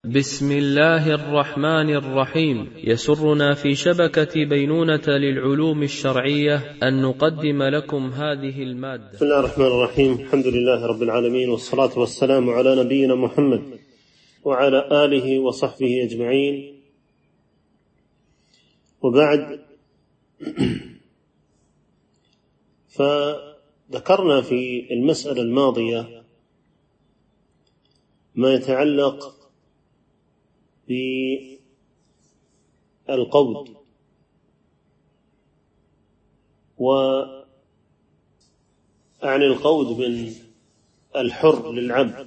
بسم الله الرحمن الرحيم. يسرنا في شبكة بينونة للعلوم الشرعية أن نقدم لكم هذه المادة. بسم الله الرحمن الرحيم. الحمد لله رب العالمين، والصلاة والسلام على نبينا محمد وعلى آله وصحبه أجمعين، وبعد. فذكرنا في المسألة الماضية ما يتعلق بالقود وعن القود من الحر للعبد،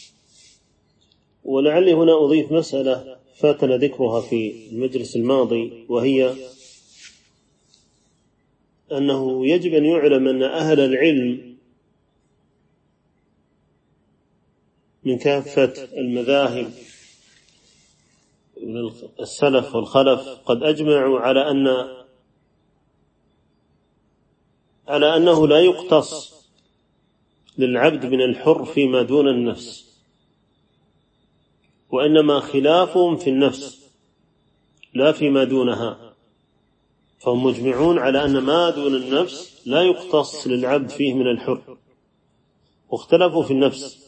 ولعلي هنا أضيف مسألة فاتنا ذكرها في المجلس الماضي، وهي أنه يجب أن يعلم أن أهل العلم من كافة المذاهب من السلف والخلف قد أجمعوا على أنه لا يقتص للعبد من الحر فيما دون النفس، وإنما خلافهم في النفس لا فيما دونها. فهم مجمعون على أن ما دون النفس لا يقتص للعبد فيه من الحر، واختلفوا في النفس.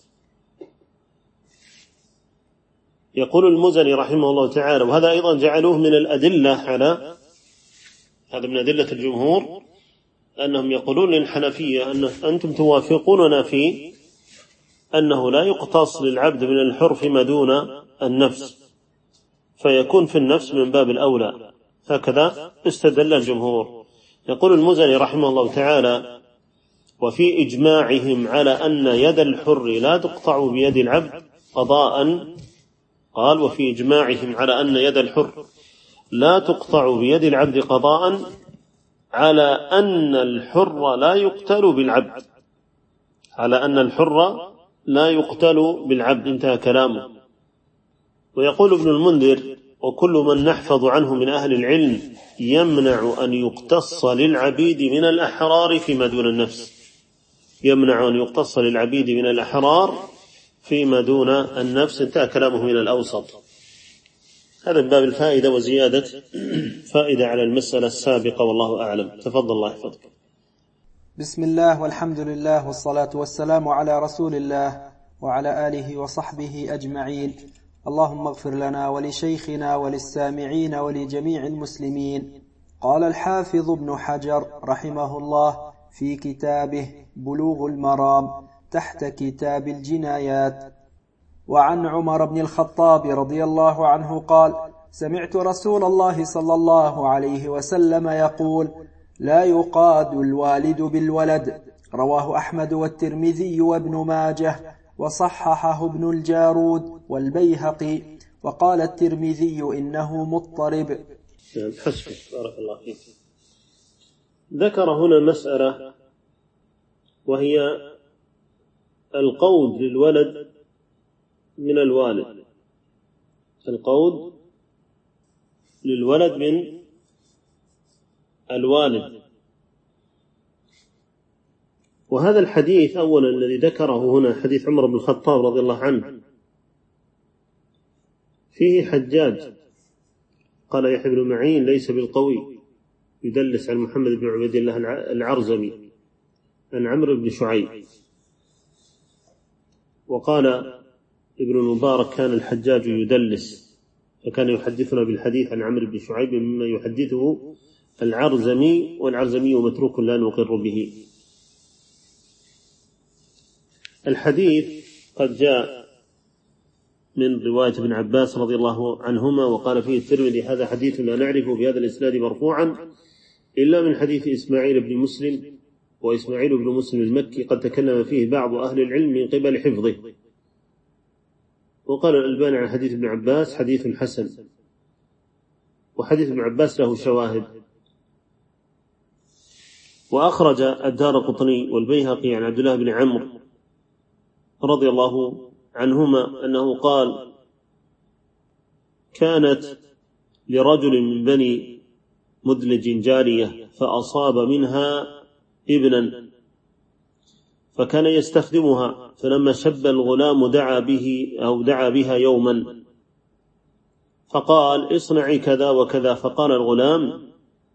يقول المزني رحمه الله تعالى، وهذا أيضا جعلوه من الأدلة على هذا من أدلة الجمهور، أنهم يقولون للحنفية أن أنتم توافقوننا في أنه لا يقتص للعبد من الحر فيما دون النفس، فيكون في النفس من باب الأولى. هكذا استدل الجمهور. يقول المزني رحمه الله تعالى: وفي إجماعهم على أن يد الحر لا تقطع بيد العبد قضاء. قال: وفي إجماعهم على أن يد الحر لا تقطع بيد العبد قضاء على أن الحر لا يقتل بالعبد، على أن الحر لا يقتل بالعبد. انتهى كلامه. ويقول ابن المنذر: وكل من نحفظ عنه من أهل العلم يمنع أن يقتص للعبيد من الأحرار فيما دون النفس، يمنع أن يقتص للعبيد من الأحرار فيما دون النفس. انتهى كلامه من الأوسط. هذا من باب الفائدة وزيادة فائدة على المسألة السابقة، والله أعلم. تفضل، الله يحفظك. بسم الله والحمد لله والصلاة والسلام على رسول الله وعلى آله وصحبه أجمعين. اللهم اغفر لنا ولشيخنا وللسامعين ولجميع المسلمين. قال الحافظ ابن حجر رحمه الله في كتابه بلوغ المرام تحت كتاب الجنايات: وعن عمر بن الخطاب رضي الله عنه قال: سمعت رسول الله صلى الله عليه وسلم يقول: لا يقاد الوالد بالولد. رواه أحمد والترمذي وابن ماجه، وصححه ابن الجارود والبيهقي، وقال الترمذي إنه مضطرب. حسبك، بارك الله فيك. ذكر هنا مسألة، وهي القود للولد من الوالد، القود للولد من الوالد. وهذا الحديث أولا الذي ذكره هنا حديث عمر بن الخطاب رضي الله عنه، فيه حجاج قال يحيى بن معين ليس بالقوي، يدلس عن محمد بن عبيد الله العرزمي عن عمرو بن شعيب. وقال ابن المبارك: كان الحجاج يدلس، فكان يحدثنا بالحديث عن عمرو بن شعيب مما يحدثه العرزمي، والعرزمي متروك لا نقر به. الحديث قد جاء من رواية ابن عباس رضي الله عنهما، وقال فيه الترمذي: هذا حديث لا نعرفه بهذا الإسناد مرفوعا إلا من حديث إسماعيل بن مسلم، وإسماعيل بن مسلم المكي قد تكلم فيه بعض أهل العلم من قبل حفظه. وقال الألباني عن حديث ابن عباس حديث حسن، وحديث ابن عباس له شواهد. وأخرج الدارقطني والبيهقي عن عبد الله بن عمرو رضي الله عنهما أنه قال: كانت لرجل من بني مدلج جارية فأصاب منها ابنا، فكان يستخدمها، فلما شب الغلام دعا بها يوما فقال اصنعي كذا وكذا، فقال الغلام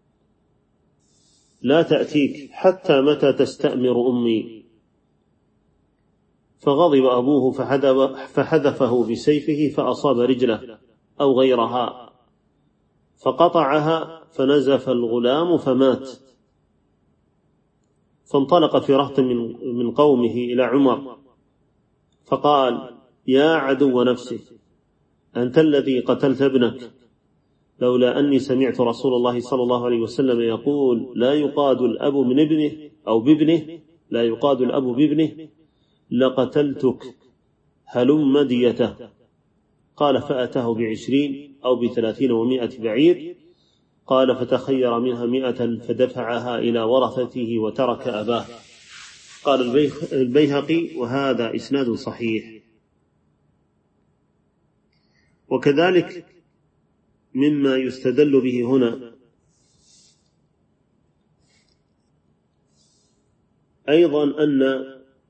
لا تأتيك حتى متى تستأمر أمي؟ فغضب أبوه فحذفه بسيفه فأصاب رجله أو غيرها فقطعها، فنزف الغلام فمات. فانطلق في رهط من قومه إلى عمر فقال يا عدو نفسه، أنت الذي قتلت ابنك، لولا أني سمعت رسول الله صلى الله عليه وسلم يقول لا يقاد الأب من ابنه أو بابنه، لا يقاد الأب بابنه، لقتلتك، هلم ديته. قال فأتاه ب20 أو ب30 و100 بعير. قال فتخير منها 100 فدفعها إلى ورثته وترك أباه. قال البيهقي وهذا إسناد صحيح. وكذلك مما يستدل به هنا أيضا أن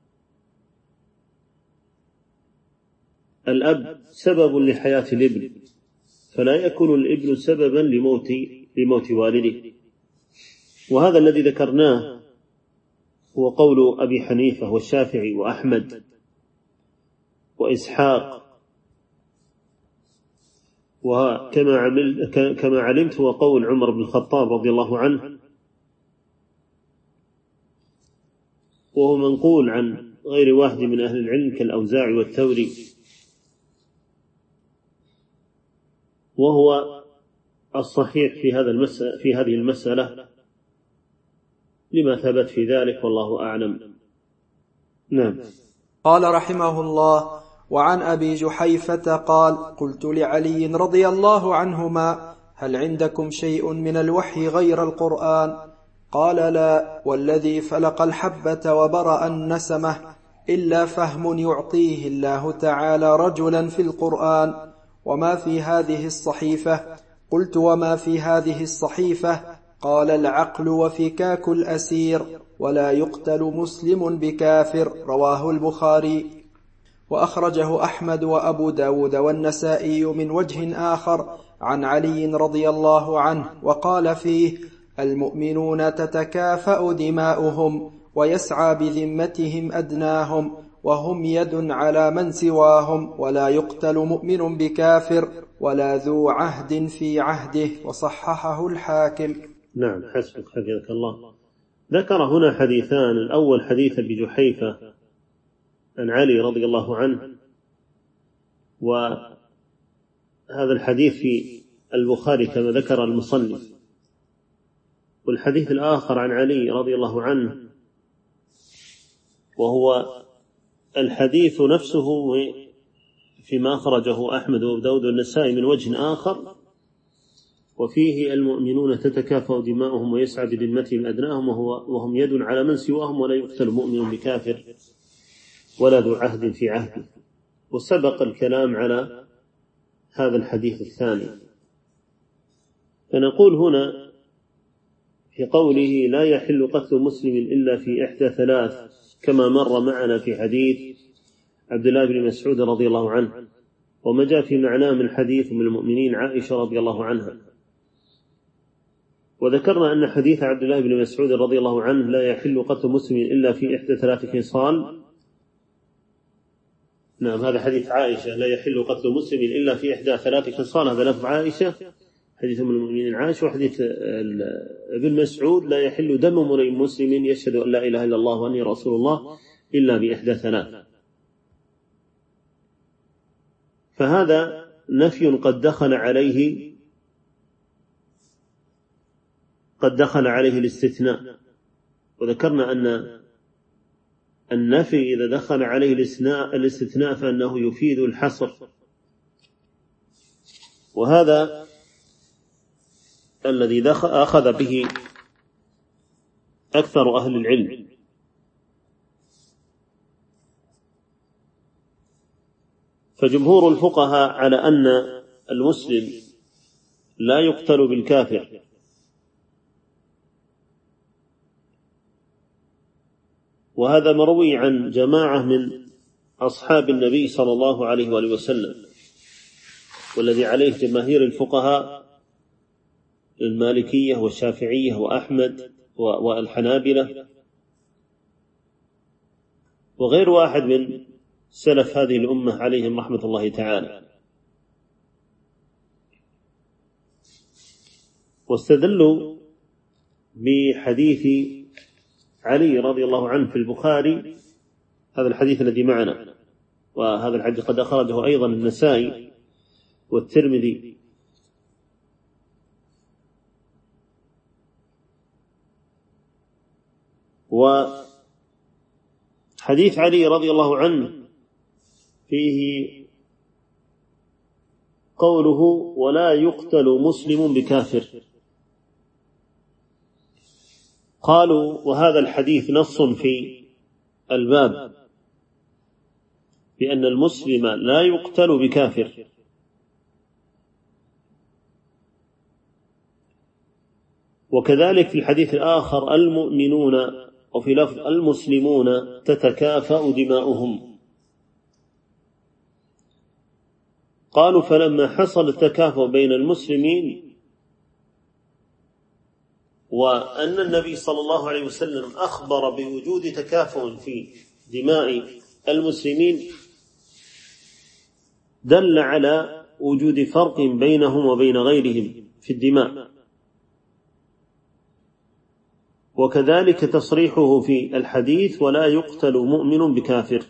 الأب سبب لحياة الابن، فلا يكون الابن سببا لموت والده. وهذا الذي ذكرناه هو قول أبي حنيفة والشافعي وأحمد وإسحاق، وكما علمت هو قول عمر بن الخطاب رضي الله عنه، وهو منقول عن غير واحد من أهل العلم كالأوزاعي والثوري، وهو الصحيح في هذه المسألة لما ثبت في ذلك، والله أعلم. نعم. قال رحمه الله: وعن أبي جحيفة قال: قلت لعلي رضي الله عنهما: هل عندكم شيء من الوحي غير القرآن؟ قال: لا، والذي فلق الحبة وبرأ النسمة إلا فهم يعطيه الله تعالى رجلا في القرآن. وما في هذه الصحيفة؟ قلت: وما في هذه الصحيفة؟ قال: العقل وفكاك الأسير، ولا يقتل مسلم بكافر. رواه البخاري. وأخرجه أحمد وأبو داود والنسائي من وجه آخر عن علي رضي الله عنه، وقال فيه: المؤمنون تتكافأ دماؤهم، ويسعى بذمتهم أدناهم، وهم يد على من سواهم، ولا يقتل مؤمن بكافر، ولا ذو عهد في عهده. وصححه الحاكم. نعم، حسبك حفظك الله. ذكر هنا حديثان: الأول حديث أبي جحيفة عن علي رضي الله عنه، وهذا الحديث في البخاري كما ذكر المصنف. والحديث الآخر عن علي رضي الله عنه وهو الحديث نفسه فيما أخرجه أحمد وأبو داود والنسائي من وجه آخر، وفيه: المؤمنون تتكافأ دماؤهم ويسعى بذمتهم أدناهم، وهم يد على من سواهم، ولا يقتل مؤمن بكافر، ولا ذو عهد في عهده. وسبق الكلام على هذا الحديث الثاني. فنقول هنا في قوله: لا يحل قتل مسلم إلا في إحدى ثلاث، كما مر معنا في حديث عبد الله بن مسعود رضي الله عنه، وما جاء في معناه من حديث من المؤمنين عائشة رضي الله عنها. وذكرنا أن حديث عبد الله بن مسعود رضي الله عنه: لا يحل قتل مسلم إلا في إحدى ثلاث خصال. نعم، هذا حديث عائشة: لا يحل قتل مسلم إلا في إحدى ثلاث خصال، هذا لفظ عائشة، حديث من المؤمنين عائشة. وحديث ابن مسعود: لا يحل دم امرئ مسلم يشهد أن لا إله إلا الله وأني رسول الله إلا بإحدى ثلاث. فهذا نفي قد دخل عليه الاستثناء. وذكرنا أن النفي إذا دخل عليه الاستثناء فإنه يفيد الحصر، وهذا الذي أخذ به أكثر أهل العلم. فجمهور الفقهاء على أن المسلم لا يقتل بالكافر، وهذا مروي عن جماعة من أصحاب النبي صلى الله عليه وآله وسلم. والذي عليه جماهير الفقهاء المالكية والشافعية وأحمد والحنابلة وغير واحد من سلف هذه الأمة عليهم رحمة الله تعالى. واستدلوا بحديث علي رضي الله عنه في البخاري، هذا الحديث الذي معنا، وهذا الحديث قد أخرجه أيضا النسائي والترمذي. وحديث علي رضي الله عنه فيه قوله ولا يقتل مسلم بكافر. قالوا وهذا الحديث نص في الباب بأن المسلم لا يقتل بكافر، وكذلك في الحديث الآخر المؤمنون، وفي لفظ المسلمون تتكافأ دماؤهم. قالوا فلما حصل التكافؤ بين المسلمين وأن النبي صلى الله عليه وسلم أخبر بوجود تكافؤ في دماء المسلمين دل على وجود فرق بينهم وبين غيرهم في الدماء، وكذلك تصريحه في الحديث ولا يقتل مؤمن بكافر.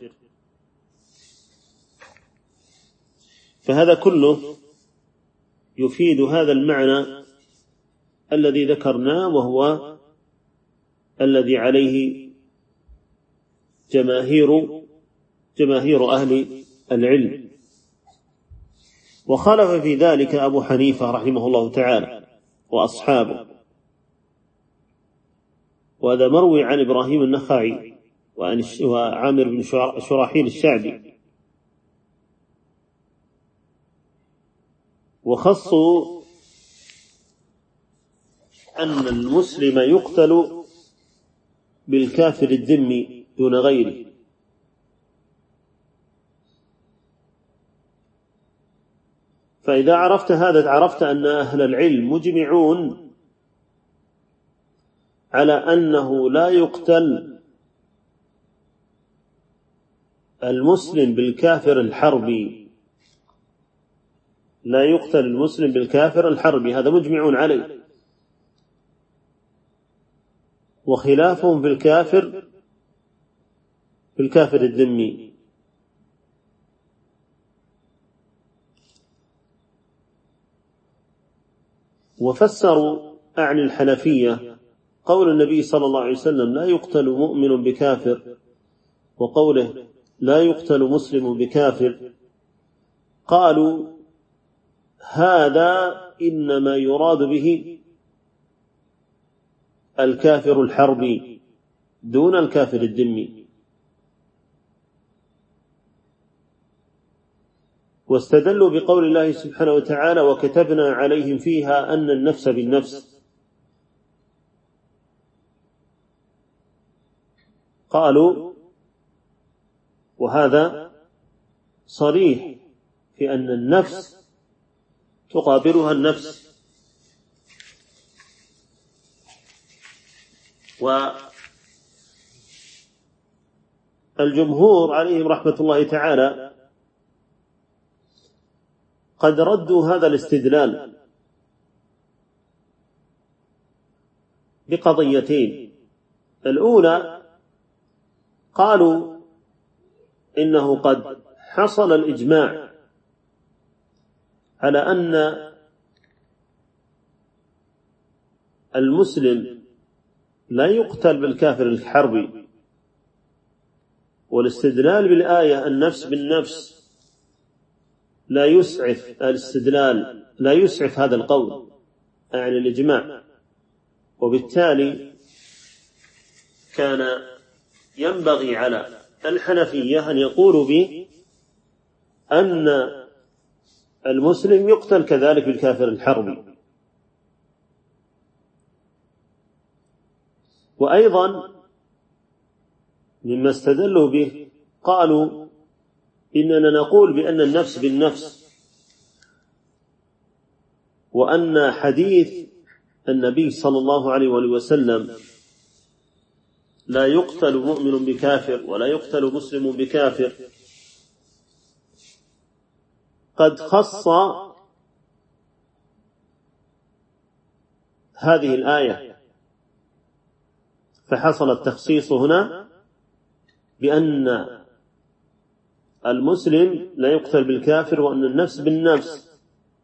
فهذا كله يفيد هذا المعنى الذي ذكرناه، وهو الذي عليه جماهير أهل العلم. وخالف في ذلك أبو حنيفة رحمه الله تعالى وأصحابه، وهذا مروي عن إبراهيم النخعي وعامر بن شراحيل الشعبي. وخصوا أن المسلم يقتل بالكافر الذمي دون غيره. فإذا عرفت هذا عرفت أن أهل العلم مجمعون على أنه لا يقتل المسلم بالكافر الحربي، لا يقتل المسلم بالكافر الحربي، هذا مجمعون عليه. وخلافهم بالكافر الذمي. وفسروا عن الحنفية قول النبي صلى الله عليه وسلم لا يقتل مؤمن بكافر، وقوله لا يقتل مسلم بكافر، قالوا هذا إنما يراد به الكافر الحربي دون الكافر الذمي. واستدلوا بقول الله سبحانه وتعالى وكتبنا عليهم فيها أن النفس بالنفس. قالوا وهذا صريح في أن النفس تقابلها النفس. والجمهور عليهم رحمة الله تعالى قد ردوا هذا الاستدلال بقضيتين. الأولى قالوا إنه قد حصل الإجماع على أن المسلم لا يقتل بالكافر الحربي، والاستدلال بالآية النفس بالنفس لا يسعف الاستدلال، لا يسعف هذا القول عن الإجماع. وبالتالي كان ينبغي على الحنفية أن يقولوا بأن المسلم يقتل كذلك بالكافر الحربي. وأيضا مما استدلوا به قالوا إننا نقول بأن النفس بالنفس وأن حديث النبي صلى الله عليه وسلم لا يقتل مؤمن بكافر ولا يقتل مسلم بكافر قد خص هذه الآية، فحصل التخصيص هنا بأن المسلم لا يقتل بالكافر، وأن النفس بالنفس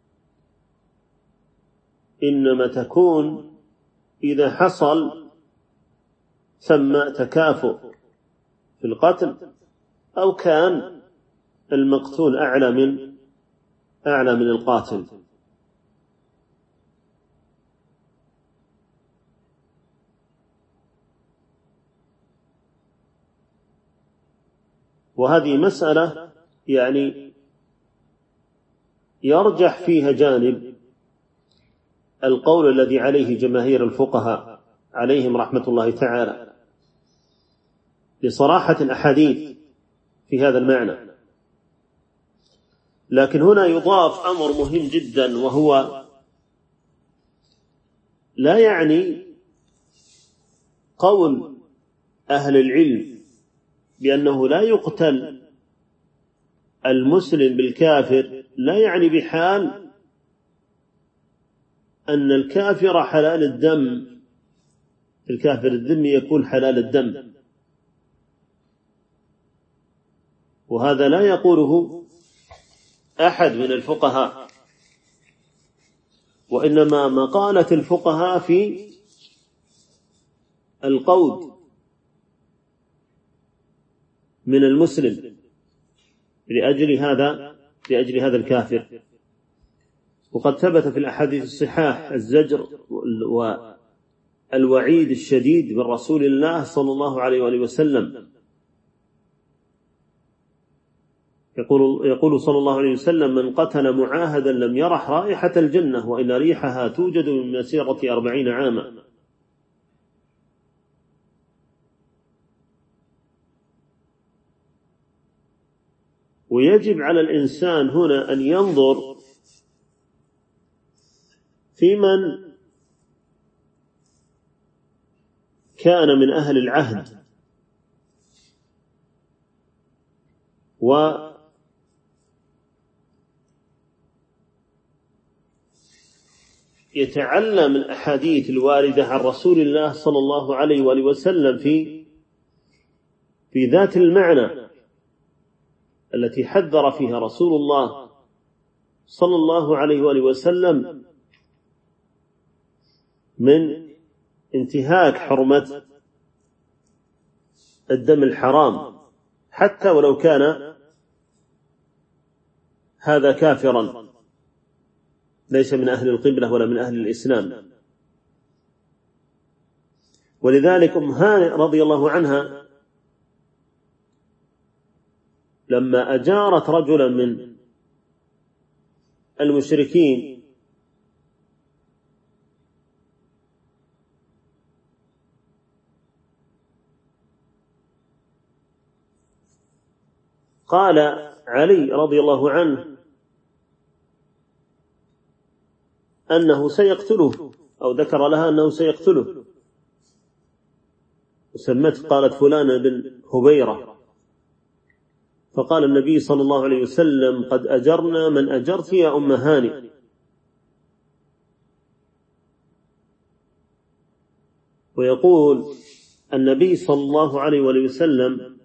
إنما تكون إذا حصل ثم تكافؤ في القتل أو كان المقتول أعلى من القاتل. وهذه مسألة يعني يرجح فيها جانب القول الذي عليه جماهير الفقهاء عليهم رحمة الله تعالى لصراحة الأحاديث في هذا المعنى. لكن هنا يضاف أمر مهم جدا، وهو لا يعني قول أهل العلم بأنه لا يقتل المسلم بالكافر، لا يعني بحال أن الكافر حلال الدم، الكافر الذمي يكون حلال الدم، وهذا لا يقوله أحد من الفقهاء، وإنما مقالة الفقهاء في القود من المسلم لأجل هذا الكافر. وقد ثبت في الأحاديث الصحاح الزجر والوعيد الشديد من رسول الله صلى الله عليه وآله وسلم. يقول صلى الله عليه وسلم: من قتل معاهدا لم يرح رائحة الجنة وإن ريحها توجد من مسيرة 40 عاما. ويجب على الإنسان هنا أن ينظر في من كان من أهل العهد ويتعلم الأحاديث الواردة عن رسول الله صلى الله عليه وآله وسلم في ذات المعنى التي حذر فيها رسول الله صلى الله عليه وآله وسلم من انتهاك حرمة الدم الحرام، حتى ولو كان هذا كافرا ليس من أهل القبلة ولا من أهل الإسلام. ولذلك أم هانئ رضي الله عنها لما أجارت رجلا من المشركين قال علي رضي الله عنه أنه سيقتله، أو ذكر لها أنه سيقتله، وسمته قالت فلان بن هبيرة، فقال النبي صلى الله عليه وسلم: قد أجرنا من أجرت يا أم هانئ. ويقول النبي صلى الله عليه وسلم: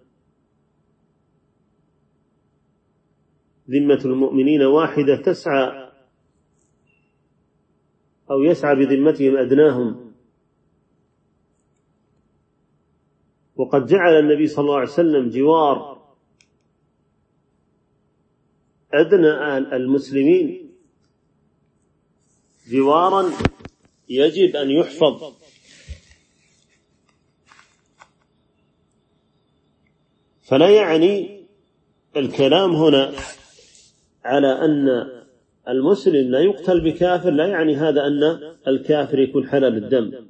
ذمة المؤمنين واحدة تسعى أو يسعى بذمتهم أدناهم. وقد جعل النبي صلى الله عليه وسلم جوار أدنى المسلمين جوارا يجب أن يحفظ. فلا يعني الكلام هنا على أن المسلم لا يقتل بكافر، لا يعني هذا أن الكافر يكون حلال الدم،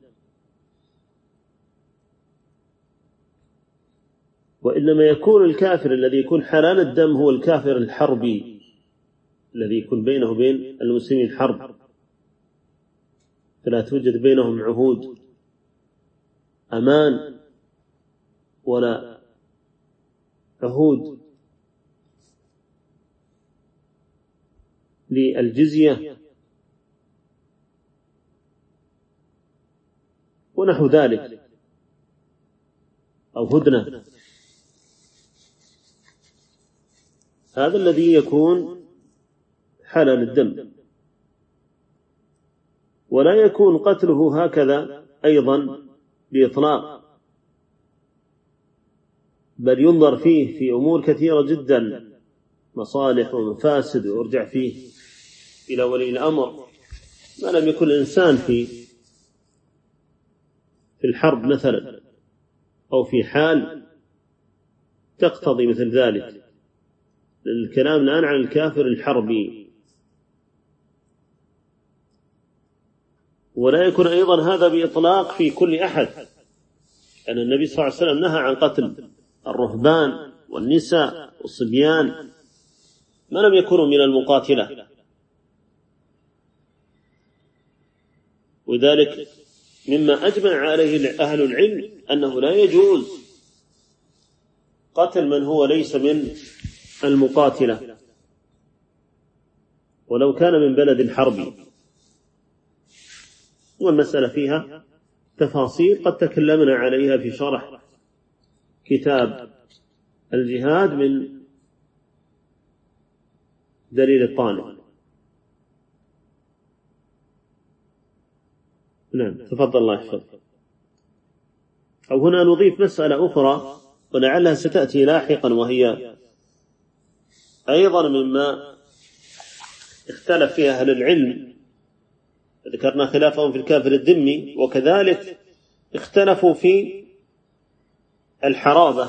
وإنما يكون الكافر الذي يكون حلال الدم هو الكافر الحربي الذي يكون بينه وبين المسلمين حرب، فلا توجد بينهم عهود أمان ولا عهود للجزية ونحو ذلك، أو هدنة. هذا الذي يكون حلال الدم، ولا يكون قتله هكذا أيضا بإطلاق، بل ينظر فيه في أمور كثيرة جدا، مصالح ومفاسد، ويرجع فيه إلى ولي الأمر. ما لم يكن الإنسان في الحرب مثلا، أو في حال تقتضي مثل ذلك. الكلام الآن عن الكافر الحربي. ولا يكون أيضا هذا بإطلاق في كل أحد، أن النبي صلى الله عليه وسلم نهى عن قتل الرهبان والنساء والصبيان ما لم يكونوا من المقاتلة. وذلك مما أجمع عليه أهل العلم أنه لا يجوز قتل من هو ليس من المقاتلة ولو كان من بلد حربي. والمسألة فيها تفاصيل قد تكلمنا عليها في شرح كتاب الجهاد من دليل الطالب. نعم، تفضل الله يحفظك. أو هنا نضيف مسألة أخرى ولعلها ستأتي لاحقا، وهي أيضا مما اختلف فيها أهل العلم. ذكرنا خلافهم في الكافر الذمي، وكذلك اختلفوا في الحرابة،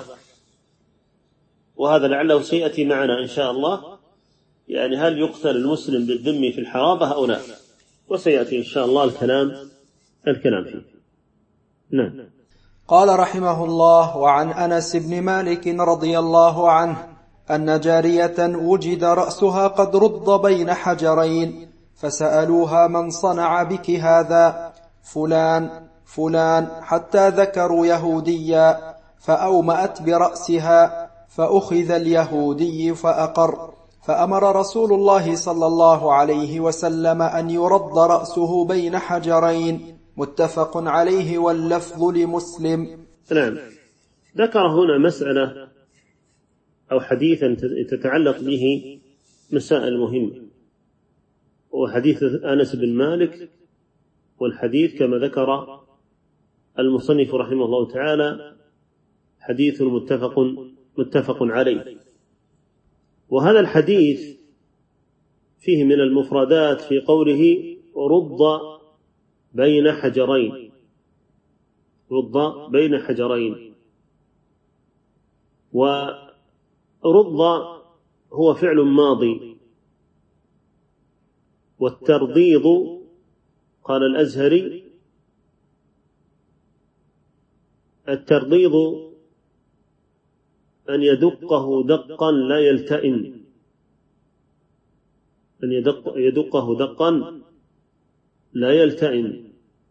وهذا لعله سيأتي معنا إن شاء الله. يعني هل يقتل المسلم بالذمي في الحرابة أو لا؟ وسيأتي إن شاء الله الكلام فيه. نعم. قال رحمه الله: وعن أنس بن مالك رضي الله عنه أن جارية وجد رأسها قد رد بين حجرين، فسألوها: من صنع بك هذا؟ فلان فلان، حتى ذكروا يهوديا، فأومأت برأسها، فأخذ اليهودي فأقر، فأمر رسول الله صلى الله عليه وسلم أن يرد رأسه بين حجرين. متفق عليه، واللفظ لمسلم. نعم. ذكر هنا مسألة أو حديثا تتعلق به مسائل مهمة، وحديث أنس بن مالك، والحديث كما ذكر المصنف رحمه الله تعالى حديث متفق عليه. وهذا الحديث فيه من المفردات في قوله رد بين حجرين، رد بين حجرين. ورد هو فعل ماضي، والترضيض قال الأزهري الترضيض أن يدقه دقا لا يلتئم، أن يدقه دقا لا يلتئم.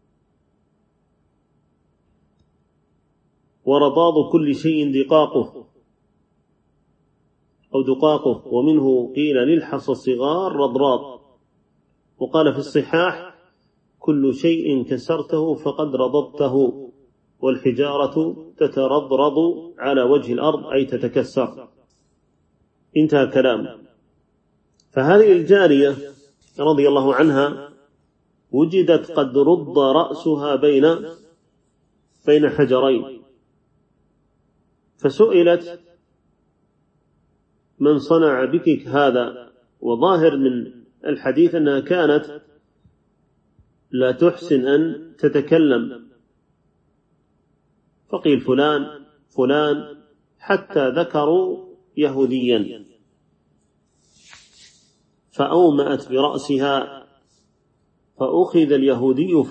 ورضاض كل شيء دقاقه أو دقاقه، ومنه قيل للحصى الصغار رضراض. وقال في الصحاح كل شيء كسرته فقد رضضته، والحجارة تترضرض على وجه الأرض أي تتكسر. انتهى كلام. فهذه الجارية رضي الله عنها وجدت قد رد رأسها بين حجرين، فسئلت: من صنع بك هذا؟ وظاهر من الحديث أنها كانت لا تحسن أن تتكلم، فقيل فلان فلان، حتى ذكروا يهوديا، فأومأت برأسها، فأخذ اليهودي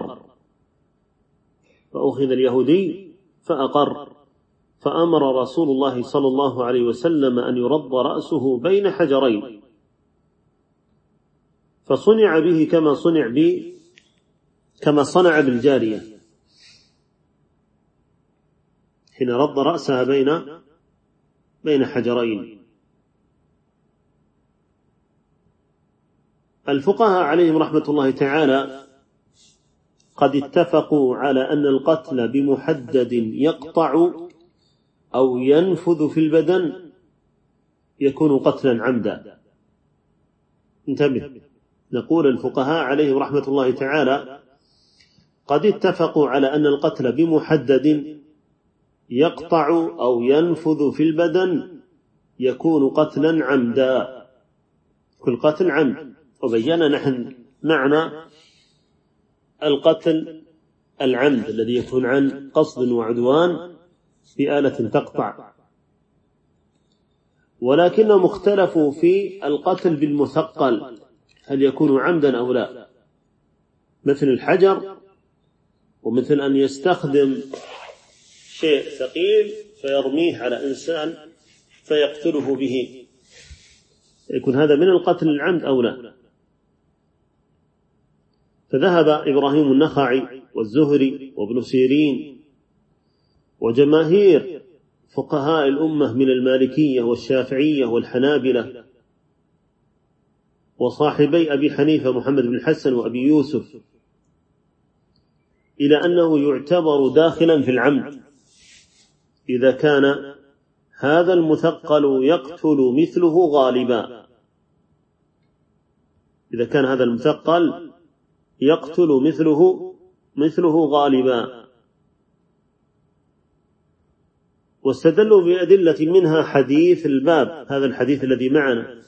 فأقر، فأمر رسول الله صلى الله عليه وسلم أن يرد رأسه بين حجرين، فصنع به كما صنع كما صنع بالجارية حين رد رأسها بين حجرين. الفقهاء عليهم رحمة الله تعالى قد اتفقوا على أن القتل بمحدد يقطع أو ينفذ في البدن يكون قتلا عمدا. انتبه، نقول الفقهاء عليهم رحمة الله تعالى قد اتفقوا على أن القتل بمحدد يقطع أو ينفذ في البدن يكون قتلا عمدا، كل قتل عمد. وبينا نحن معنى القتل العمد الذي يكون عن قصد وعدوان بآلة تقطع، ولكنهم اختلفوا في القتل بالمثقل هل يكون عمدا أو لا، مثل الحجر، ومثل أن يستخدم شيء ثقيل فيرميه على إنسان فيقتله به، يكون هذا من القتل العمد أو لا. فذهب إبراهيم النخعي والزهري وابن سيرين وجماهير فقهاء الأمة من المالكية والشافعية والحنابلة وصاحبي أبي حنيفة محمد بن الحسن وأبي يوسف إلى أنه يعتبر داخلا في العمد إذا كان هذا المثقل يقتل مثله غالبا، إذا كان هذا المثقل يقتل مثله غالبا. واستدلوا بأدلة منها حديث الباب، هذا الحديث الذي معنا،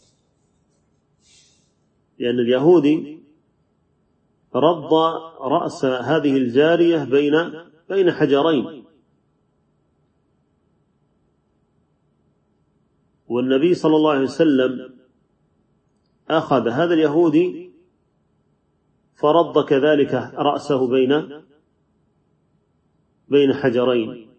لأن اليهودي رد رأس هذه الجارية بين حجرين، والنبي صلى الله عليه وسلم أخذ هذا اليهودي فرد كذلك رأسه بين حجرين.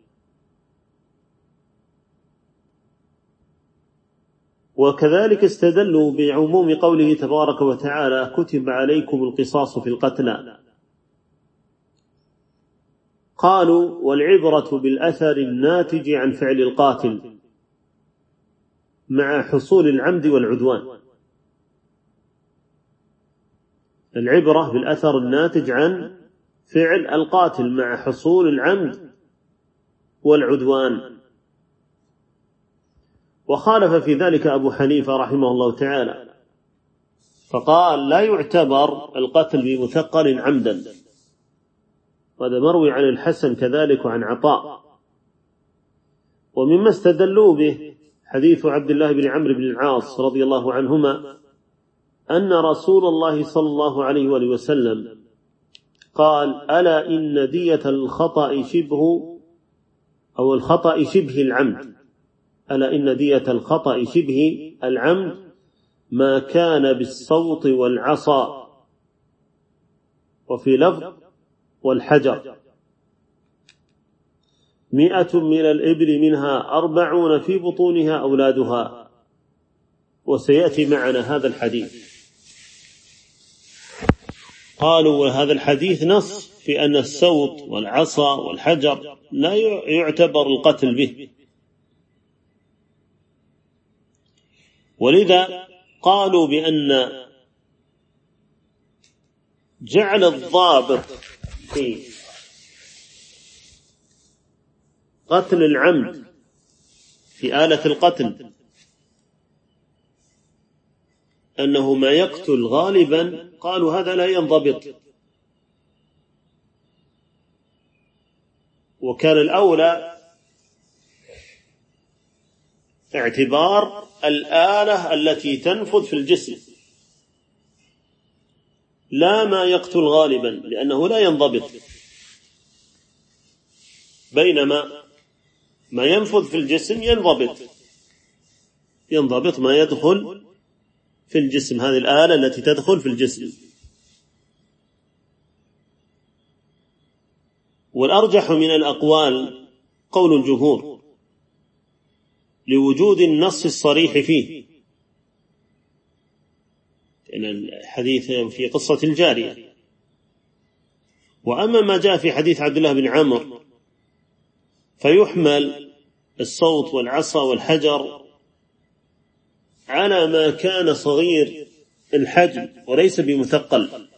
وكذلك استدلوا بعموم قوله تبارك وتعالى كتب عليكم القصاص في القتلى، قالوا والعبرة بالأثر الناتج عن فعل القاتل مع حصول العمد والعدوان. العبرة بالأثر الناتج عن فعل القاتل مع حصول العمد والعدوان. وخالف في ذلك أبو حنيفة رحمه الله تعالى فقال لا يعتبر القتل بمثقل عمدا، وهذا مروي عن الحسن كذلك وعن عطاء. ومما استدلوا به حديث عبد الله بن عمرو بن العاص رضي الله عنهما أن رسول الله صلى الله عليه وآله وسلم قال ألا إن دية الخطأ شبه العمد، ألا إن دية الخطأ شبه العمد ما كان بالصوت والعصا، وفي لفظ والحجر، 100 من الإبل منها 40 في بطونها أولادها. وسيأتي معنا هذا الحديث. قالوا وهذا الحديث نص في أن الصوت والعصا والحجر لا يعتبر القتل به، ولذا قالوا بأن جعل الضابط في قتل العمد في آلة القتل أنه ما يقتل غالبا، قالوا هذا لا ينضبط، وكان الأولى اعتبار الآلة التي تنفذ في الجسم لا ما يقتل غالبا لأنه لا ينضبط، بينما ما ينفذ في الجسم ينضبط ما يدخل في الجسم، هذه الآلة التي تدخل في الجسم. والأرجح من الأقوال قول الجمهور لوجود النص الصريح فيه، إن الحديث في قصة الجارية وأما ما جاء في حديث عبد الله بن عمرو فيحمل الصوت والعصا والحجر على ما كان صغير الحجم وليس بمثقل،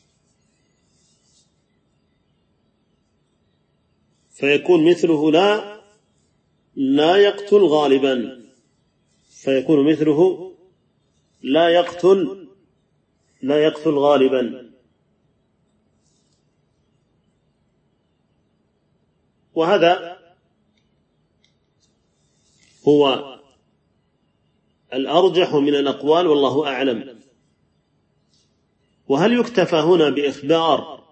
فيكون مثله لا يقتل غالبا، فيكون مثله لا يقتل غالبا. وهذا هو الأرجح من الأقوال والله أعلم. وهل يكتفى هنا بإخبار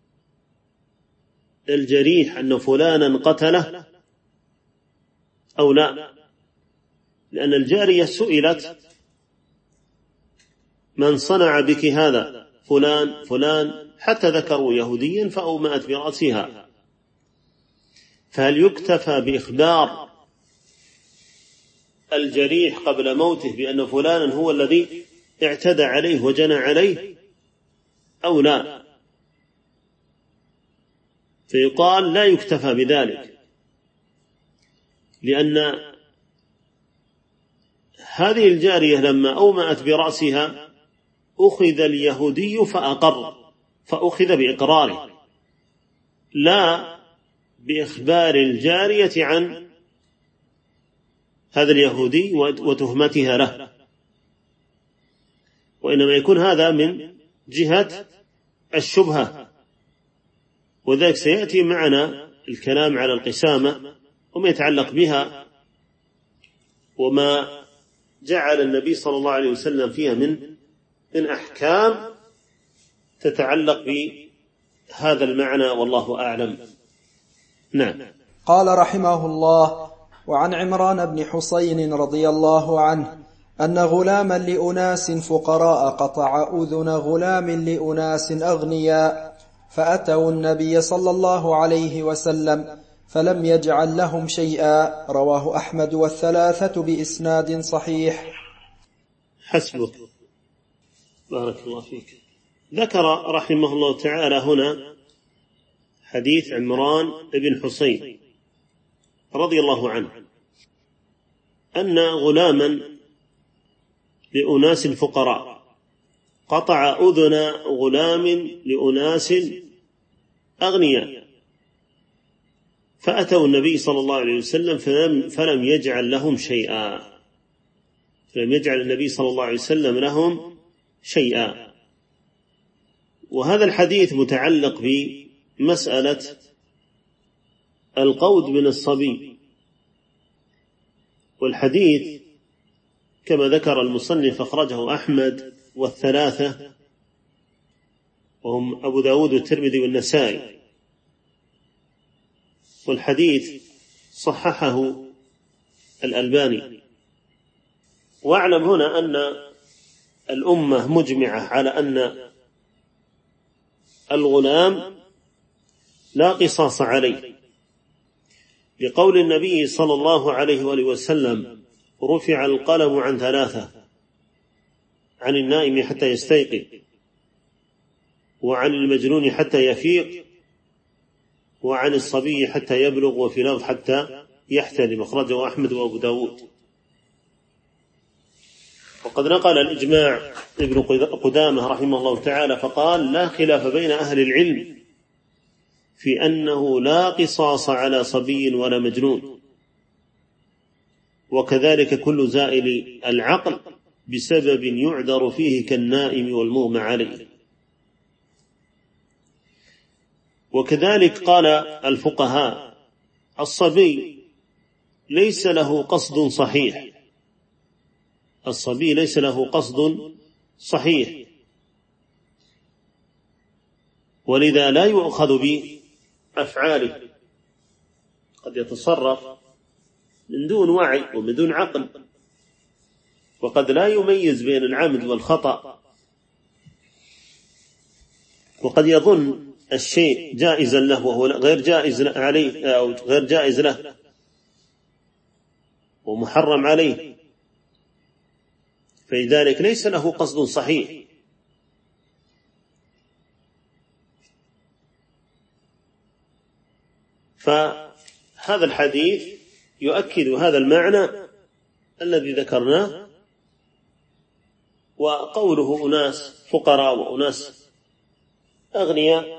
الجريح أن فلانا قتله أو لا؟ لأن الجارية سئلت من صنع بك هذا؟ فلان فلان، حتى ذكروا يهوديا فأومأت برأسها. فهل يكتفى بإخبار الجريح قبل موته بأن فلانا هو الذي اعتدى عليه وجنى عليه أو لا؟ فيقال لا يكتفى بذلك، لأن هذه الجارية لما أومأت برأسها أخذ اليهودي فأخذ بإقراره، لا بإخبار الجارية عن هذا اليهودي وتهمتها له، وإنما يكون هذا من جهة الشبهة. وذلك سيأتي معنا الكلام على القسامة وما يتعلق بها، وما جعل النبي صلى الله عليه وسلم فيها من أحكام تتعلق بهذا المعنى، والله أعلم. نعم. قال رحمه الله: وعن عمران بن حسين رضي الله عنه أن غلاما لأناس فقراء قطع أذن غلام لأناس أغنياء، فأتوا النبي صلى الله عليه وسلم فلم يجعل لهم شيئا. رواه أحمد والثلاثة بإسناد صحيح. حسبك، بارك الله فيك. ذكر رحمه الله تعالى هنا حديث عمران بن حسين رضي الله عنه أن غلاما لأناس فقراء قطع أذن غلام لأناس أغنياء، فأتوا النبي صلى الله عليه وسلم فلم يجعل لهم شيئا، فلم يجعل النبي صلى الله عليه وسلم لهم شيئا. وهذا الحديث متعلق بمسألة القود من الصبي، والحديث كما ذكر المصنف أخرجه أحمد والثلاثة وهم أبو داود والترمذي والنسائي، والحديث صححه الألباني. واعلم هنا أن الأمة مجمعة على أن الغلام لا قصاص عليه، لقول النبي صلى الله عليه وآله وسلم: رفع القلم عن ثلاثة، عن النائم حتى يستيقظ، وعن المجنون حتى يفيق، وعن الصبي حتى يبلغ، وفي لفظ حتى يحتلم. أخرجه أحمد وأبو داود. وقد نقل الإجماع ابن قدامة رحمه الله تعالى فقال: لا خلاف بين أهل العلم في أنه لا قصاص على صبي ولا مجنون، وكذلك كل زائل العقل بسبب يعذر فيه كالنائم والمغمى عليه. وكذلك قال الفقهاء: الصبي ليس له قصد صحيح، الصبي ليس له قصد صحيح، ولذا لا يؤخذ بأفعاله، قد يتصرف من دون وعي ومن دون عقل، وقد لا يميز بين العمد والخطأ، وقد يظن الشيء جائزا له وهو غير جائز عليه، أو غير جائز له ومحرم عليه، فلذلك ليس له قصد صحيح. فهذا الحديث يؤكد هذا المعنى الذي ذكرناه. وقوله أناس فقراء وأناس أغنياء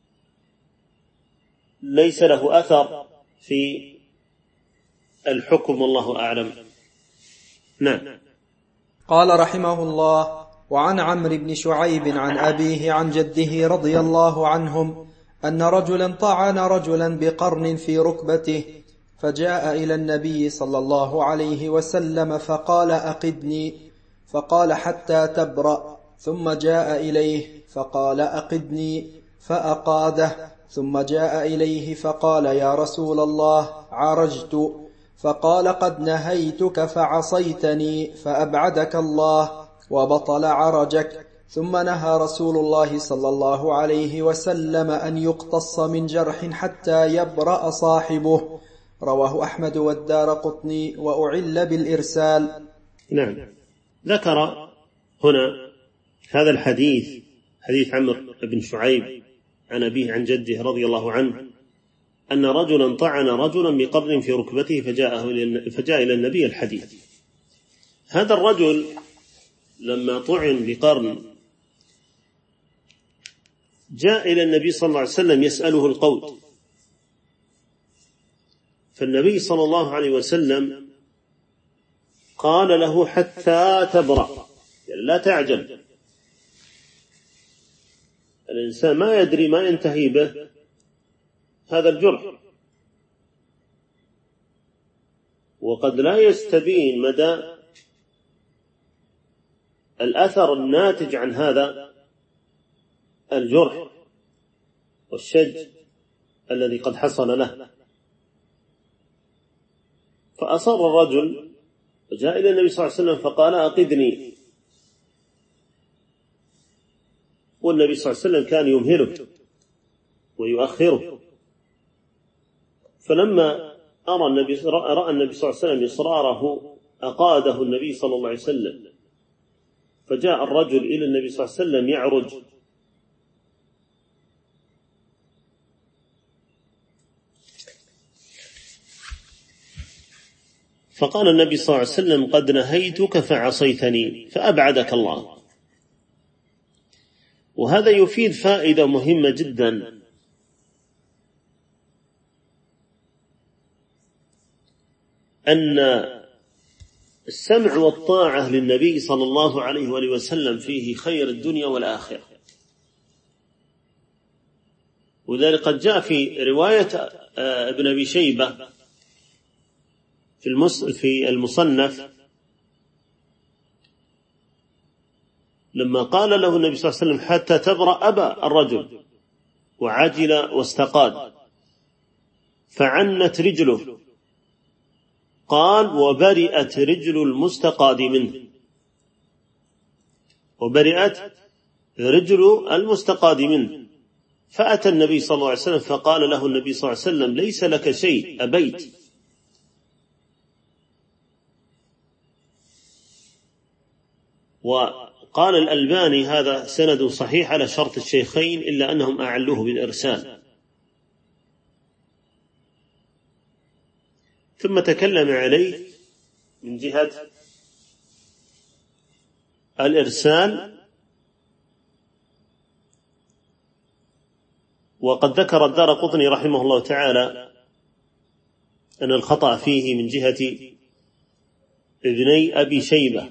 ليس له أثر في الحكم، والله أعلم. نعم. قال رحمه الله: وعن عمرو بن شعيب عن أبيه عن جده رضي الله عنهم أن رجلا طعن رجلا بقرن في ركبته، فجاء إلى النبي صلى الله عليه وسلم فقال: أقدني، فقال: حتى تبرأ. ثم جاء إليه فقال: أقدني، فأقاده. ثم جاء إليه فقال: يا رسول الله، عرجت. فقال: قد نهيتك فعصيتني فأبعدك الله وبطل عرجك. ثم نهى رسول الله صلى الله عليه وسلم أن يقتص من جرح حتى يبرأ صاحبه. رواه أحمد والدارقطني وأعل بالإرسال. نعم. ذكر هنا هذا الحديث، حديث عمرو بن شعيب عن أبيه عن جده رضي الله عنه أن رجلا طعن رجلا بقرن في ركبته فجاء إلى النبي الحديث. هذا الرجل لما طعن بقرن جاء إلى النبي صلى الله عليه وسلم يسأله القول، فالنبي صلى الله عليه وسلم قال له: حتى تبرأ، يعني لا تعجل. الإنسان ما يدري ما ينتهي به هذا الجرح، وقد لا يستبين مدى الأثر الناتج عن هذا الجرح والشج الذي قد حصل له. فأصر الرجل وجاء إلى النبي صلى الله عليه وسلم فقال: أقدني. والنبي صلى الله عليه وسلم كان يمهله ويؤخره، فلما رأى النبي صلى الله عليه وسلم إصراره أقاده النبي صلى الله عليه وسلم، فجاء الرجل إلى النبي صلى الله عليه وسلم يعرج، فقال النبي صلى الله عليه وسلم: قد نهيتك فعصيتني فأبعدك الله. وهذا يفيد فائدة مهمة جدا، أن السمع والطاعة للنبي صلى الله عليه وآله وسلم فيه خير الدنيا والآخرة. وذلك قد جاء في رواية ابن أبي شيبة في المصنف لما قال له النبي صلى الله عليه وسلم: حتى تبرأ، أبى الرجل وعجل واستقاد فعنت رجله. قال: وبرئت رجل المستقاد منه، وبرئت رجل المستقاد منه. فأتى النبي صلى الله عليه وسلم فقال له النبي صلى الله عليه وسلم: ليس لك شيء، أبيت. وقال الألباني: هذا سند صحيح على شرط الشيخين إلا أنهم أعلوه بالإرسال. ثم تكلم عليه من جهة الإرسال، وقد ذكر الدارقطني رحمه الله تعالى أن الخطأ فيه من جهة ابني أبي شيبة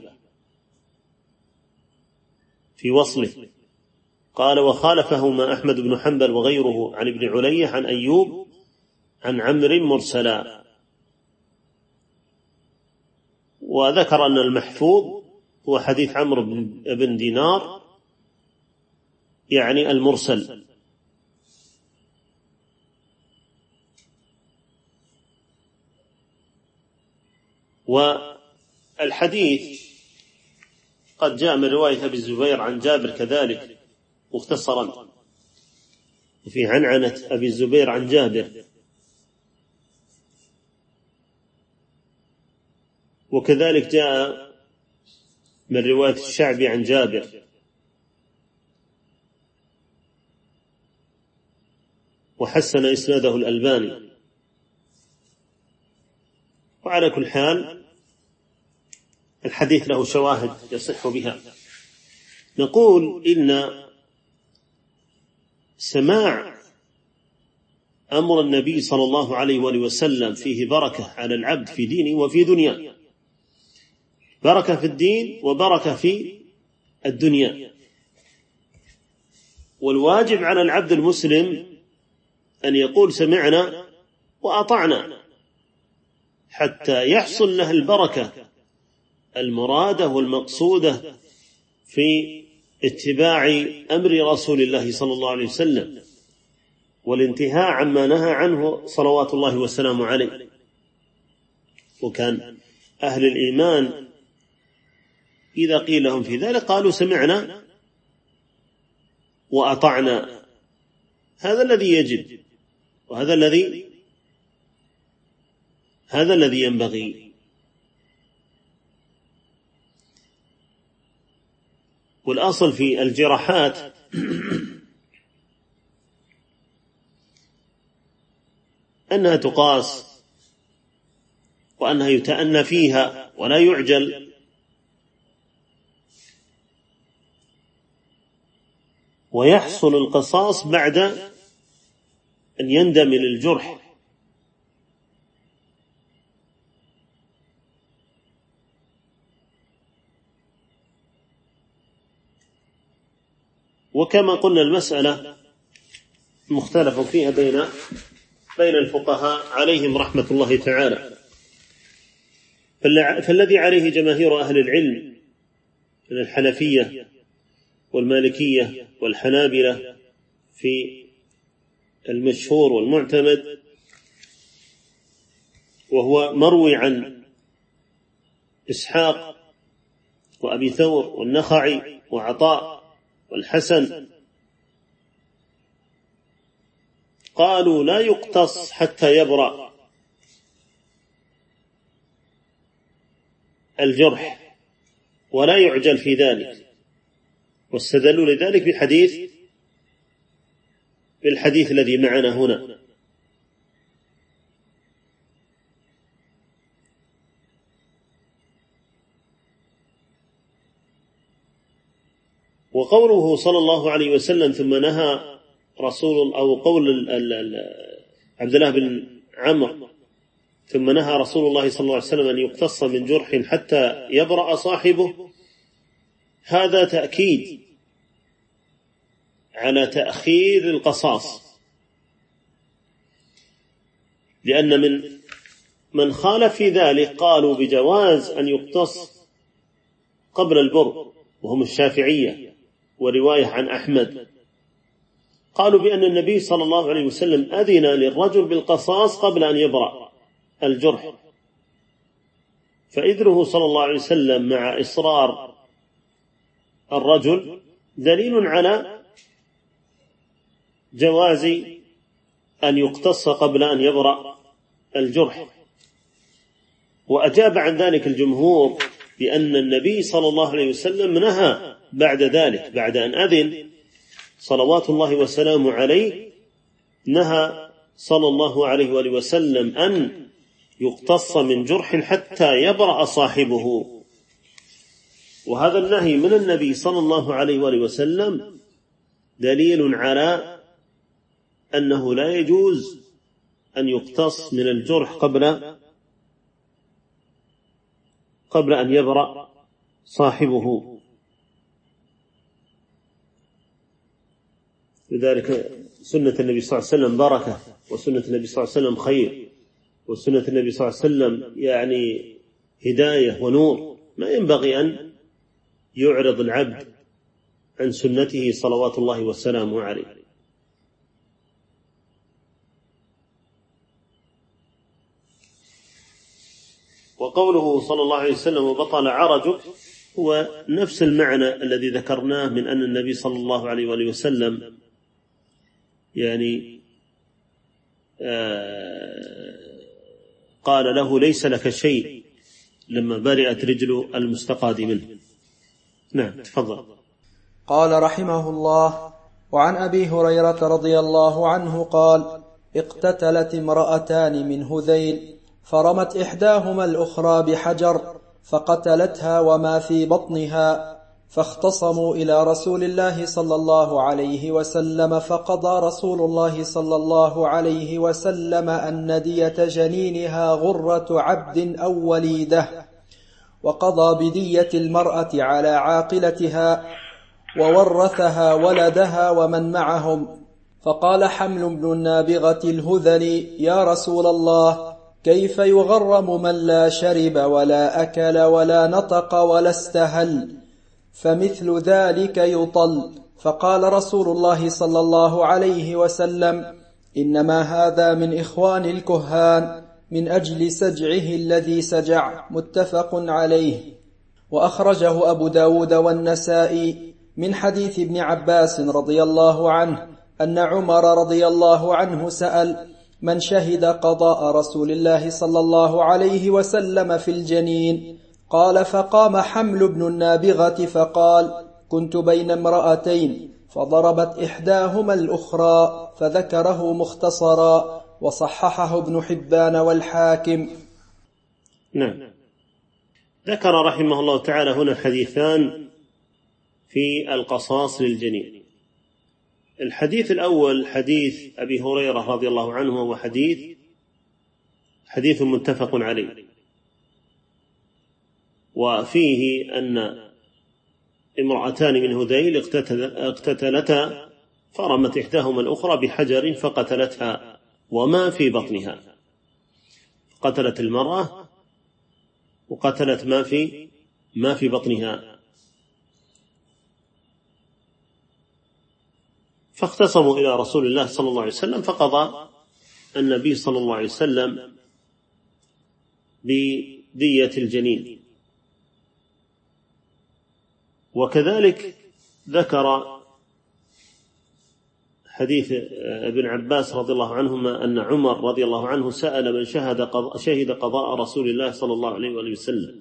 في وصله. قال: وخالفهما أحمد بن حنبل وغيره عن ابن علية عن أيوب عن عمرو مرسلا. وذكر أن المحفوظ هو حديث عمرو بن دينار، يعني المرسل. والحديث قد جاء من رواية أبي الزبير عن جابر كذلك مختصرا، وفي عنعنة أبي الزبير عن جابر، وكذلك جاء من رواية الشعبي عن جابر. وحسن إسناده الألباني. وعلى كل حال الحديث له شواهد يصح بها. نقول إن سماع أمر النبي صلى الله عليه وآله وسلم فيه بركة على العبد في دينه وفي دنياه، بركة في الدين وبركة في الدنيا. والواجب على العبد المسلم أن يقول سمعنا وأطعنا حتى يحصل له البركة المرادة والمقصودة في اتباع أمر رسول الله صلى الله عليه وسلم والانتهاء عما نهى عنه صلوات الله وسلامه عليه. وكان أهل الإيمان إذا قيل لهم في ذلك قالوا سمعنا وأطعنا. هذا الذي يجب وهذا الذي ينبغي. والأصل في الجراحات أنها تقاس وأنها يتأنى فيها ولا يعجل، ويحصل القصاص بعد أن يندمل الجرح. وكما قلنا المسألة مختلف فيها بين الفقهاء عليهم رحمة الله تعالى. فالذي عليه جماهير أهل العلم من الحنفية والمالكية والحنابلة في المشهور والمعتمد، وهو مروي عن إسحاق وأبي ثور والنخعي وعطاء والحسن، قالوا لا يقتص حتى يبرأ الجرح ولا يعجل في ذلك، واستدلوا لذلك بالحديث الذي معنا هنا. وقوله صلى الله عليه وسلم ثم نهى رسول، أو قول عبد الله بن عمرو ثم نهى رسول الله صلى الله عليه وسلم أن يقتص من جرح حتى يبرأ صاحبه، هذا تأكيد على تأخير القصاص، لأن من خالف في ذلك قالوا بجواز أن يقتص قبل البر، وهم الشافعية ورواية عن أحمد، قالوا بأن النبي صلى الله عليه وسلم أذن للرجل بالقصاص قبل أن يبرأ الجرح، فإذنه صلى الله عليه وسلم مع إصرار الرجل دليل على جواز أن يقتص قبل أن يبرأ الجرح. وأجاب عن ذلك الجمهور بأن النبي صلى الله عليه وسلم نهى بعد ذلك، بعد أن أذن صلوات الله وسلامه عليه، نهى صلى الله عليه وآله وسلم أن يقتص من جرح حتى يبرأ صاحبه. وهذا النهي من النبي صلى الله عليه وآله وسلم دليل على أنه لا يجوز أن يقتص من الجرح قبل أن يبرأ صاحبه. لذلك سنة النبي صلى الله عليه وسلم بركة، وسنة النبي صلى الله عليه وسلم خير، وسنة النبي صلى الله عليه وسلم يعني هداية ونور، ما ينبغي أن يعرض العبد عن سنته صلوات الله وسلامه عليه. وقوله صلى الله عليه وسلم وبطل عرجك هو نفس المعنى الذي ذكرناه من أن النبي صلى الله عليه وآله وسلم يعني قال له ليس لك شيء لما برئت رجل المستقاد منه. نعم تفضل. قال رحمه الله: وعن أبي هريرة رضي الله عنه قال: اقتتلت امرأتان من هذيل فرمت إحداهما الأخرى بحجر فقتلتها وما في بطنها، فاختصموا إلى رسول الله صلى الله عليه وسلم، فقضى رسول الله صلى الله عليه وسلم أن دية جنينها غرة عبد أو وليدة، وقضى بدية المرأة على عاقلتها، وورثها ولدها ومن معهم. فقال حمل بن النابغة الهذلي: يا رسول الله، كيف يغرم من لا شرب ولا أكل ولا نطق ولا استهل؟ فمثل ذلك يطل. فقال رسول الله صلى الله عليه وسلم: إنما هذا من إخوان الكهان من أجل سجعه الذي سجع. متفق عليه. وأخرجه أبو داود والنسائي من حديث ابن عباس رضي الله عنه أن عمر رضي الله عنه سأل: من شهد قضاء رسول الله صلى الله عليه وسلم في الجنين؟ قال: فقام حمل بن النابغة فقال: كنت بين امرأتين فضربت إحداهما الأخرى، فذكره مختصرا، وصححه ابن حبان والحاكم. نعم. ذكر رحمه الله تعالى هنا حديثان في القصاص للجنين. الحديث الأول حديث أبي هريرة رضي الله عنه، وهو حديث متفق عليه، وفيه أن امرأتان من هذيل اقتتلتا، فرمت إحداهما الأخرى بحجر فقتلتها وما في بطنها. قتلت المرأة وقتلت ما في بطنها. فاختصموا إلى رسول الله صلى الله عليه وسلم، فقضى النبي صلى الله عليه وسلم بدية الجنين. وكذلك ذكر حديث ابن عباس رضي الله عنهما أن عمر رضي الله عنه سأل من شهد قضاء رسول الله صلى الله عليه وسلم،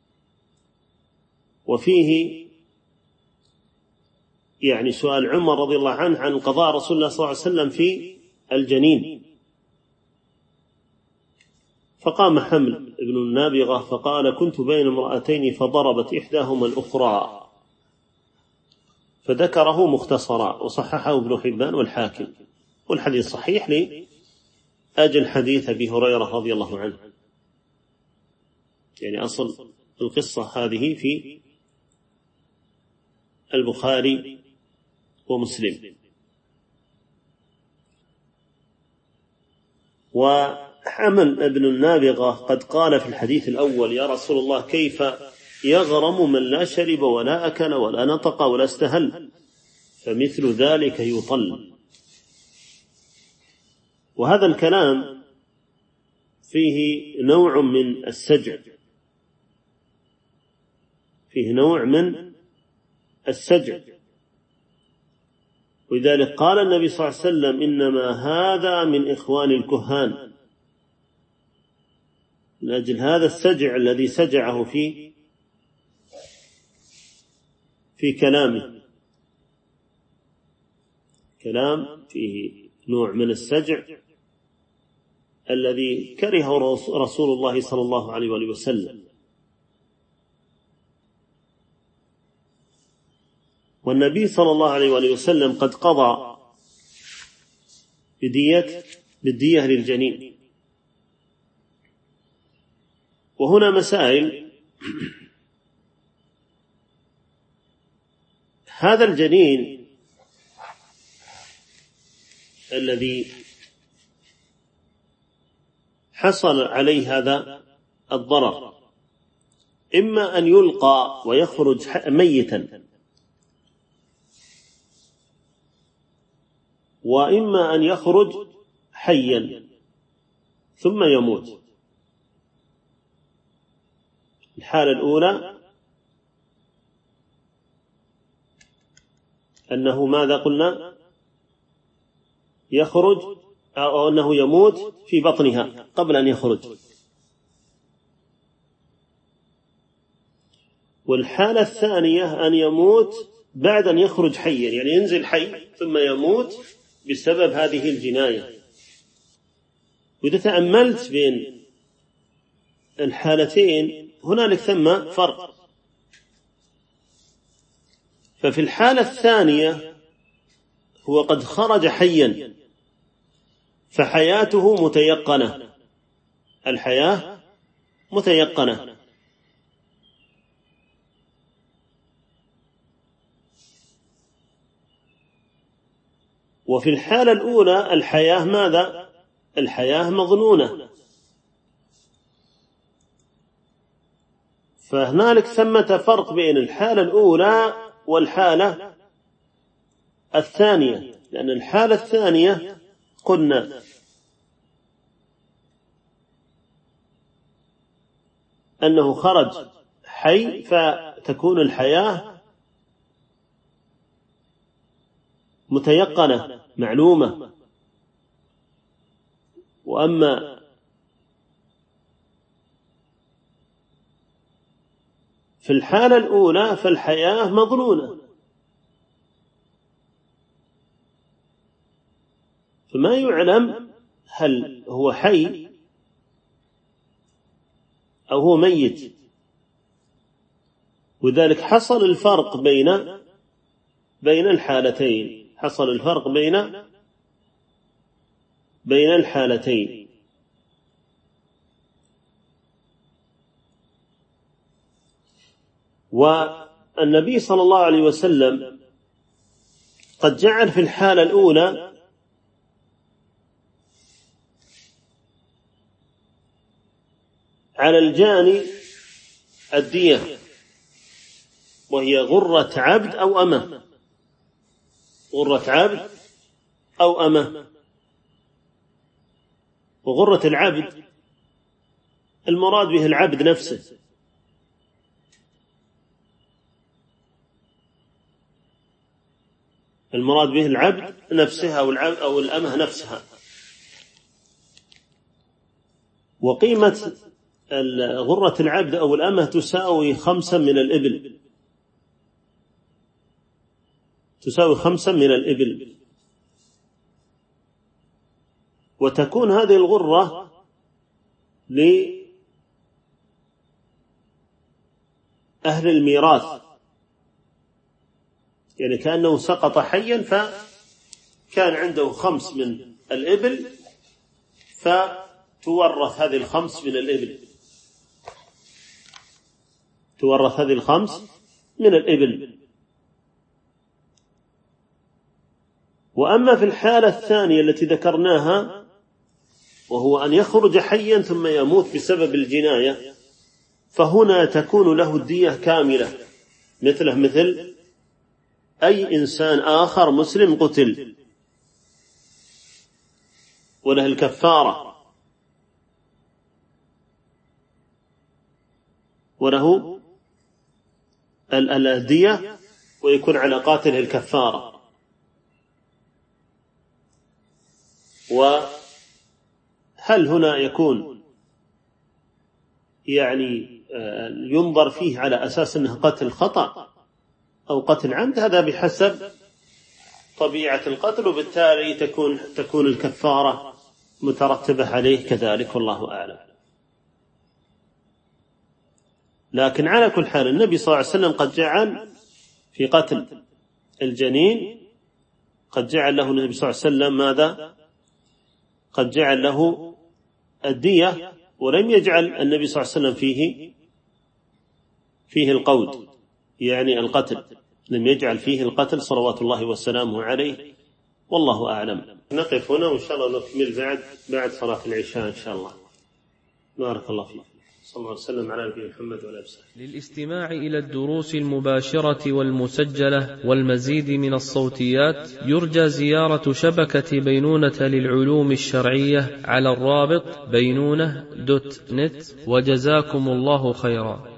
وفيه يعني سؤال عمر رضي الله عنه عن قضاء رسول الله صلى الله عليه وسلم في الجنين. فقام حمل بن النابغة فقال: كنت بين امرأتين فضربت إحداهما الأخرى، فذكره مختصرا، وصححه ابن حبان والحاكم، والحديث صحيح لأجل حديث أبي هريرة رضي الله عنه. يعني أصل القصة هذه في البخاري ومسلم. وحمل ابن النابغة قد قال في الحديث الأول: يا رسول الله، كيف يغرم من لا شرب ولا أكل ولا نطق ولا استهل؟ فمثل ذلك يطل. وهذا الكلام فيه نوع من السجع، فيه نوع من السجع. ولذلك قال النبي صلى الله عليه وسلم: إنما هذا من إخوان الكهان، من أجل هذا السجع الذي سجعه في كلامه، كلام فيه نوع من السجع الذي كرهه رسول الله صلى الله عليه وسلم. والنبي صلى الله عليه وسلم قد قضى بالدية للجنين. وهنا مسائل. هذا الجنين الذي حصل عليه هذا الضرر، إما أن يلقى ويخرج ميتا، وإما أن يخرج حيا ثم يموت. الحالة الأولى أنه ماذا قلنا؟ يخرج، أو أنه يموت في بطنها قبل أن يخرج. والحالة الثانية أن يموت بعد أن يخرج حيا، يعني ينزل حي ثم يموت بسبب هذه الجناية. وإذا تأملت بين الحالتين هنالك ثم فرق. ففي الحالة الثانية هو قد خرج حيا فحياته متيقنة، الحياة متيقنة. وفي الحالة الأولى الحياة ماذا؟ الحياة مظنونة. فهنالك ثمة فرق بين الحالة الأولى والحالة الثانية، لأن الحالة الثانية قلنا أنه خرج حي فتكون الحياة متيقنة معلومة. وأما في الحالة الأولى فالحياة مظنونة، فما يعلم هل هو حي أو هو ميت. وذلك حصل الفرق بين الحالتين، حصل الفرق بين الحالتين. والنبي صلى الله عليه وسلم قد جعل في الحالة الأولى على الجاني الدية، وهي غرة عبد أو أمة، غرة عبد أو أمة. وغرة العبد المراد به العبد نفسه، المراد به العبد نفسها أو الأمة نفسها. وقيمة غرة العبد أو الأمة تساوي 5 من الإبل، تساوي 5 من الإبل. وتكون هذه الغرة لأهل الميراث، يعني كأنه سقط حيا فكان عنده 5 من الإبل فتورث هذه 5 من الإبل، تورث هذه 5 من الإبل. وأما في الحالة الثانية التي ذكرناها، وهو أن يخرج حيا ثم يموت بسبب الجناية، فهنا تكون له الدية كاملة مثل أي إنسان آخر مسلم قتل، وله الكفارة، وله الدية، ويكون على قاتله الكفارة. وهل هنا يكون يعني ينظر فيه على أساس أنه قتل خطأ أو قتل عمد؟ هذا بحسب طبيعة القتل، وبالتالي تكون الكفارة مترتبة عليه كذلك، والله أعلم. لكن على كل حال النبي صلى الله عليه وسلم قد جعل في قتل الجنين، قد جعل له النبي صلى الله عليه وسلم ماذا؟ قد جعل له الدية، ولم يجعل النبي صلى الله عليه وسلم فيه القود، يعني القتل، لم يجعل فيه القتل صلوات الله وسلامه عليه، والله أعلم. نقف هنا وإن شاء الله نكمل بعد صلاة العشاء إن شاء الله. بارك الله فيك. صلى الله عليه وسلم على نبينا محمد وعلى آله وصحبه. للاستماع إلى الدروس المباشرة والمسجلة والمزيد من الصوتيات يرجى زيارة شبكة بينونة للعلوم الشرعية على الرابط بينونة.net، وجزاكم الله خيرا.